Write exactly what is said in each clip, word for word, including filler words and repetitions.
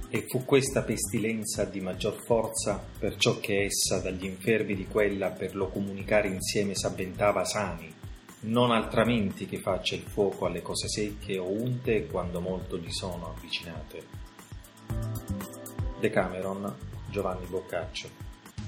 E fu questa pestilenza di maggior forza, perciò che essa dagli infermi di quella per lo comunicare insieme s'avventava sani, non altramenti che faccia il fuoco alle cose secche o unte quando molto gli sono avvicinate. Decameron, Giovanni Boccaccio.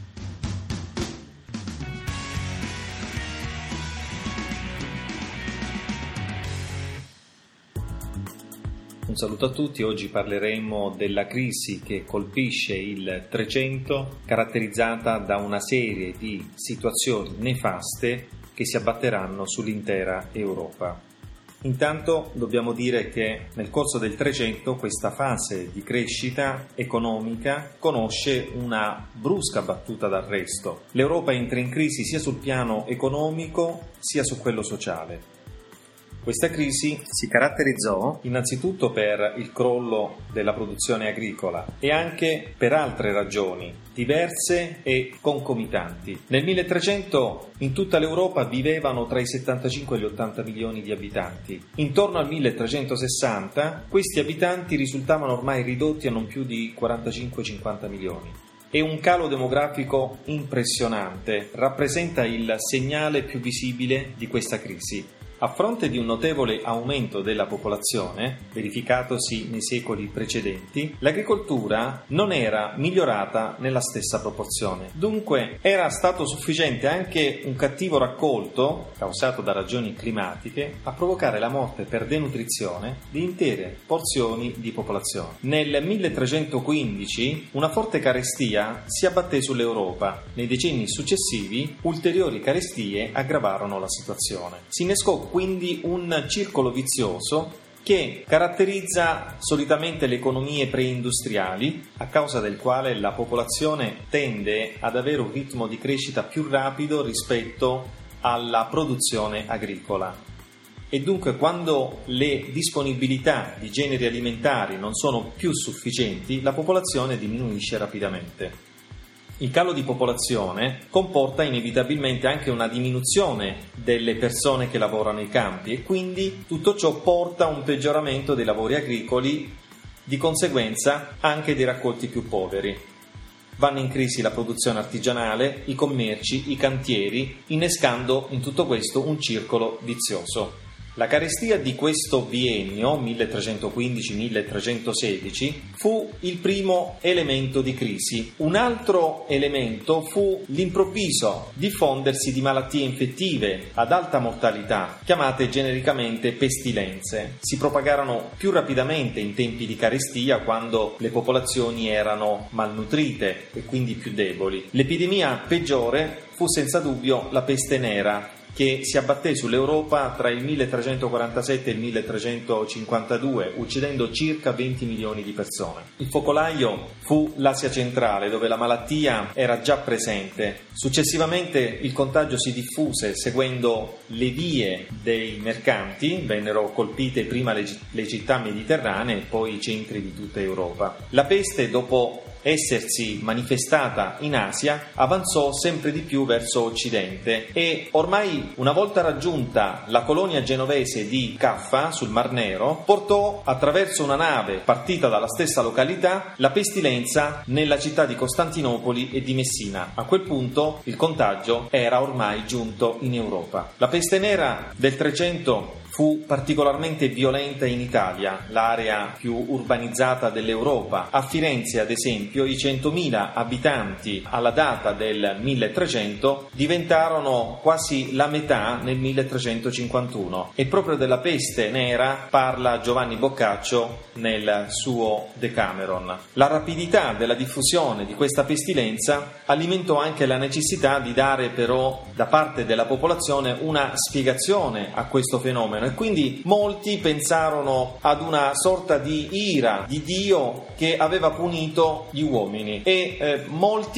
Un saluto a tutti, oggi parleremo della crisi che colpisce il Trecento, caratterizzata da una serie di situazioni nefaste che si abbatteranno sull'intera Europa. Intanto dobbiamo dire che nel corso del Trecento questa fase di crescita economica conosce una brusca battuta d'arresto. L'Europa entra in crisi sia sul piano economico sia su quello sociale. Questa crisi si caratterizzò innanzitutto per il crollo della produzione agricola e anche per altre ragioni, diverse e concomitanti. Nel milletrecento in tutta l'Europa vivevano tra i settantacinque e gli ottanta milioni di abitanti. Intorno al milletrecentosessanta questi abitanti risultavano ormai ridotti a non più di quarantacinque cinquanta milioni. E un calo demografico impressionante rappresenta il segnale più visibile di questa crisi. A fronte di un notevole aumento della popolazione, verificatosi nei secoli precedenti, l'agricoltura non era migliorata nella stessa proporzione. Dunque era stato sufficiente anche un cattivo raccolto, causato da ragioni climatiche, a provocare la morte per denutrizione di intere porzioni di popolazione. Nel milletrecentoquindici una forte carestia si abbatté sull'Europa. Nei decenni successivi ulteriori carestie aggravarono la situazione. Si innescò quindi un circolo vizioso che caratterizza solitamente le economie preindustriali, a causa del quale la popolazione tende ad avere un ritmo di crescita più rapido rispetto alla produzione agricola. E dunque quando le disponibilità di generi alimentari non sono più sufficienti, la popolazione diminuisce rapidamente. Il calo di popolazione comporta inevitabilmente anche una diminuzione delle persone che lavorano nei campi e quindi tutto ciò porta a un peggioramento dei lavori agricoli, di conseguenza anche dei raccolti più poveri. Vanno in crisi la produzione artigianale, i commerci, i cantieri, innescando in tutto questo un circolo vizioso. La carestia di questo biennio, milletrecentoquindici milletrecentosedici, fu il primo elemento di crisi. Un altro elemento fu l'improvviso diffondersi di malattie infettive ad alta mortalità, chiamate genericamente pestilenze. Si propagarono più rapidamente in tempi di carestia, quando le popolazioni erano malnutrite e quindi più deboli. L'epidemia peggiore fu senza dubbio la peste nera, che si abbatté sull'Europa tra il milletrecentoquarantasette e il milletrecentocinquantadue, uccidendo circa venti milioni di persone. Il focolaio fu l'Asia centrale, dove la malattia era già presente. Successivamente il contagio si diffuse seguendo le vie dei mercanti, vennero colpite prima le, le città mediterranee e poi i centri di tutta Europa. La peste, dopo essersi manifestata in Asia, avanzò sempre di più verso Occidente e ormai una volta raggiunta la colonia genovese di Caffa sul Mar Nero, portò attraverso una nave partita dalla stessa località la pestilenza nella città di Costantinopoli e di Messina. A quel punto il contagio era ormai giunto in Europa. La peste nera del Trecento fu particolarmente violenta in Italia, l'area più urbanizzata dell'Europa. A Firenze, ad esempio, i centomila abitanti alla data del milletrecento diventarono quasi la metà nel milletrecentocinquantuno, e proprio della peste nera parla Giovanni Boccaccio nel suo Decameron. La rapidità della diffusione di questa pestilenza alimentò anche la necessità di dare però da parte della popolazione una spiegazione a questo fenomeno, e quindi molti pensarono ad una sorta di ira di Dio che aveva punito gli uomini, e eh, molti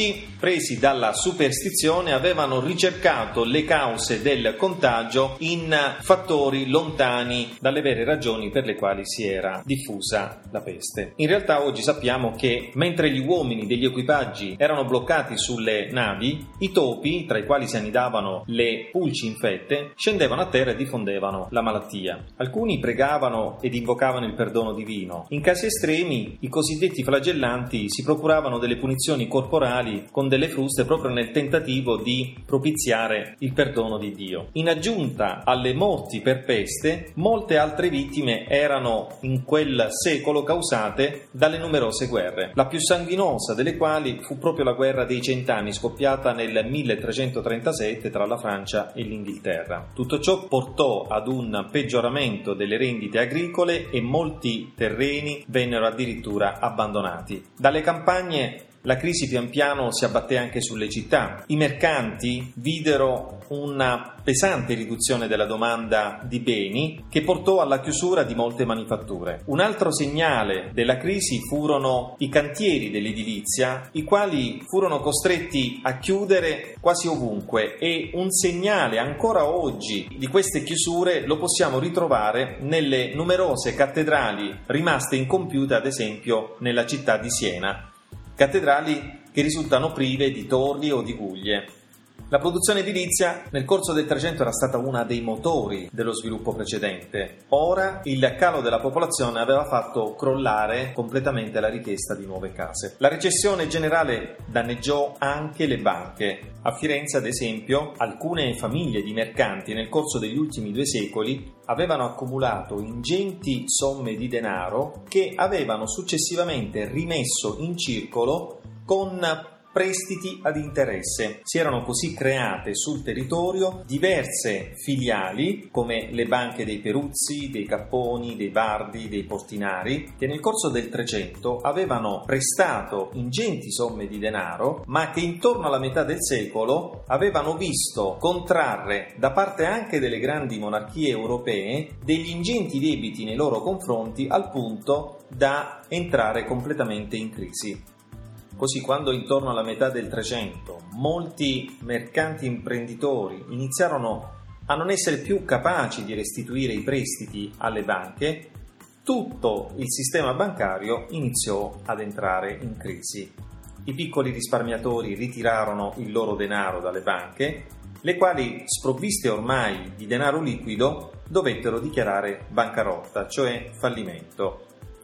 presi dalla superstizione, avevano ricercato le cause del contagio in fattori lontani dalle vere ragioni per le quali si era diffusa la peste. In realtà oggi sappiamo che mentre gli uomini degli equipaggi erano bloccati sulle navi, i topi, tra i quali si annidavano le pulci infette, scendevano a terra e diffondevano la malattia. Alcuni pregavano ed invocavano il perdono divino. In casi estremi, i cosiddetti flagellanti si procuravano delle punizioni corporali con delle fruste proprio nel tentativo di propiziare il perdono di Dio. In aggiunta alle morti per peste, molte altre vittime erano in quel secolo causate dalle numerose guerre, la più sanguinosa delle quali fu proprio la guerra dei cent'anni scoppiata nel milletrecentotrentasette tra la Francia e l'Inghilterra. Tutto ciò portò ad un peggioramento delle rendite agricole e molti terreni vennero addirittura abbandonati. Dalle campagne la crisi pian piano si abbatté anche sulle città. I mercanti videro una pesante riduzione della domanda di beni che portò alla chiusura di molte manifatture. Un altro segnale della crisi furono i cantieri dell'edilizia, i quali furono costretti a chiudere quasi ovunque, e un segnale ancora oggi di queste chiusure lo possiamo ritrovare nelle numerose cattedrali rimaste incompiute, ad esempio nella città di Siena. Cattedrali che risultano prive di torri o di guglie. La produzione edilizia nel corso del Trecento era stata uno dei motori dello sviluppo precedente. Ora il calo della popolazione aveva fatto crollare completamente la richiesta di nuove case. La recessione generale danneggiò anche le banche. A Firenze, ad esempio, alcune famiglie di mercanti nel corso degli ultimi due secoli avevano accumulato ingenti somme di denaro che avevano successivamente rimesso in circolo con prestiti ad interesse. Si erano così create sul territorio diverse filiali, come le banche dei Peruzzi, dei Capponi, dei Bardi, dei Portinari, che nel corso del Trecento avevano prestato ingenti somme di denaro, ma che intorno alla metà del secolo avevano visto contrarre da parte anche delle grandi monarchie europee degli ingenti debiti nei loro confronti, al punto da entrare completamente in crisi. Così, quando intorno alla metà del Trecento molti mercanti imprenditori iniziarono a non essere più capaci di restituire i prestiti alle banche, tutto il sistema bancario iniziò ad entrare in crisi. I piccoli risparmiatori ritirarono il loro denaro dalle banche, le quali, sprovviste ormai di denaro liquido, dovettero dichiarare bancarotta, cioè fallimento.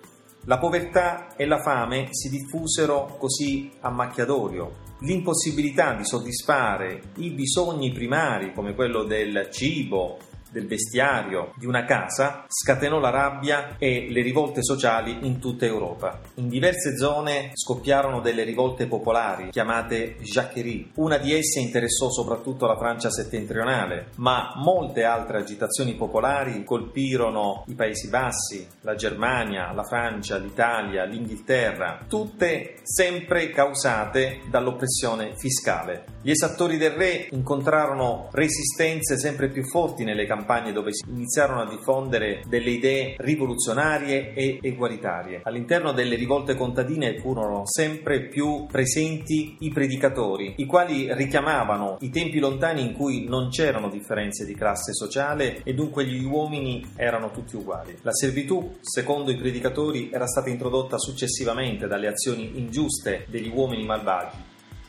La povertà e la fame si diffusero così a macchia d'olio. L'impossibilità di soddisfare i bisogni primari, come quello del cibo, del vestiario, di una casa, scatenò la rabbia e le rivolte sociali in tutta Europa. In diverse zone scoppiarono delle rivolte popolari, chiamate jacquerie. Una di esse interessò soprattutto la Francia settentrionale, ma molte altre agitazioni popolari colpirono i Paesi Bassi, la Germania, la Francia, l'Italia, l'Inghilterra, tutte sempre causate dall'oppressione fiscale. Gli esattori del re incontrarono resistenze sempre più forti nelle campagne, dove si iniziarono a diffondere delle idee rivoluzionarie e egualitarie. All'interno delle rivolte contadine furono sempre più presenti i predicatori, i quali richiamavano i tempi lontani in cui non c'erano differenze di classe sociale e dunque gli uomini erano tutti uguali. La servitù, secondo i predicatori, era stata introdotta successivamente dalle azioni ingiuste degli uomini malvagi.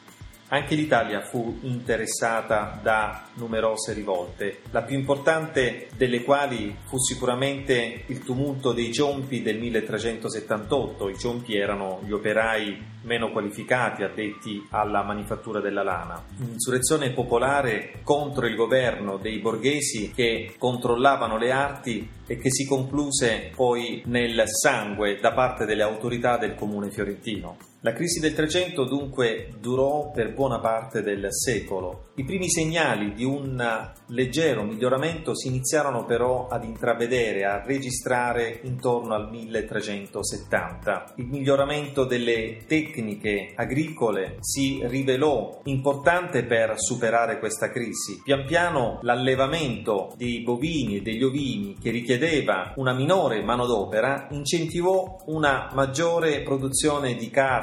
Anche l'Italia fu interessata da numerose rivolte, la più importante delle quali fu sicuramente il tumulto dei Ciompi del milletrecentosettantotto. I Ciompi erano gli operai meno qualificati addetti alla manifattura della lana. Un'insurrezione popolare contro il governo dei borghesi che controllavano le arti e che si concluse poi nel sangue da parte delle autorità del comune fiorentino. La crisi del Trecento dunque durò per buona parte del secolo. I primi segnali di un leggero miglioramento si iniziarono però ad intravedere, a registrare intorno al milletrecentosettanta. Il miglioramento delle tecniche agricole si rivelò importante per superare questa crisi. Pian piano l'allevamento dei bovini e degli ovini, che richiedeva una minore manodopera, incentivò una maggiore produzione di carne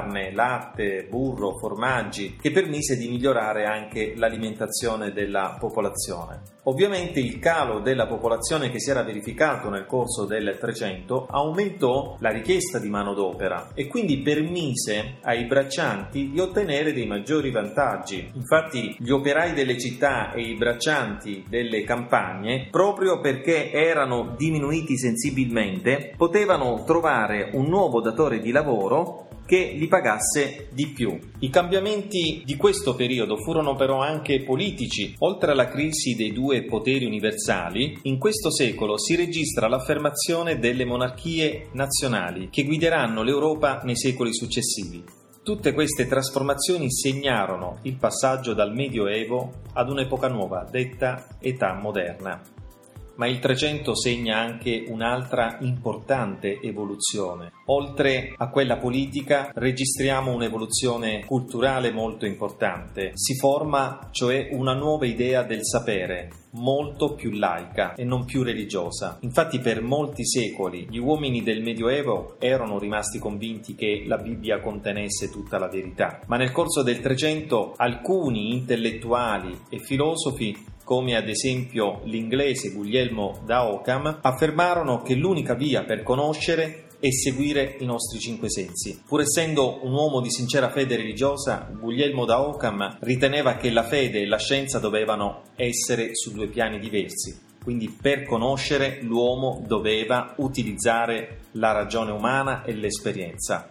carne, latte, burro, formaggi, che permise di migliorare anche l'alimentazione della popolazione. Ovviamente il calo della popolazione che si era verificato nel corso del Trecento aumentò la richiesta di manodopera e quindi permise ai braccianti di ottenere dei maggiori vantaggi. Infatti gli operai delle città e i braccianti delle campagne, proprio perché erano diminuiti sensibilmente, potevano trovare un nuovo datore di lavoro che li pagasse di più. I cambiamenti di questo periodo furono però anche politici. Oltre alla crisi dei due poteri universali, in questo secolo si registra l'affermazione delle monarchie nazionali che guideranno l'Europa nei secoli successivi. Tutte queste trasformazioni segnarono il passaggio dal Medioevo ad un'epoca nuova, detta età moderna. Ma il Trecento segna anche un'altra importante evoluzione. Oltre a quella politica, registriamo un'evoluzione culturale molto importante. Si forma, cioè, una nuova idea del sapere, molto più laica e non più religiosa. Infatti per molti secoli gli uomini del Medioevo erano rimasti convinti che la Bibbia contenesse tutta la verità, ma nel corso del Trecento alcuni intellettuali e filosofi, come ad esempio l'inglese Guglielmo da Ockham, affermarono che l'unica via per conoscere è seguire i nostri cinque sensi. Pur essendo un uomo di sincera fede religiosa, Guglielmo da Ockham riteneva che la fede e la scienza dovevano essere su due piani diversi. Quindi per conoscere l'uomo doveva utilizzare la ragione umana e l'esperienza.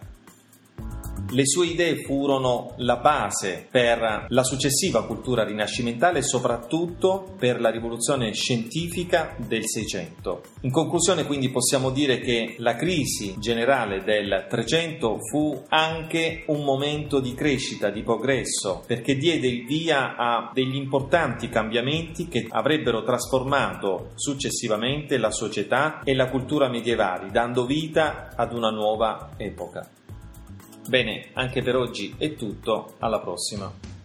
Le sue idee furono la base per la successiva cultura rinascimentale e soprattutto per la rivoluzione scientifica del Seicento. In conclusione, quindi, possiamo dire che la crisi generale del Trecento fu anche un momento di crescita, di progresso, perché diede il via a degli importanti cambiamenti che avrebbero trasformato successivamente la società e la cultura medievali, dando vita ad una nuova epoca. Bene, anche per oggi è tutto, alla prossima.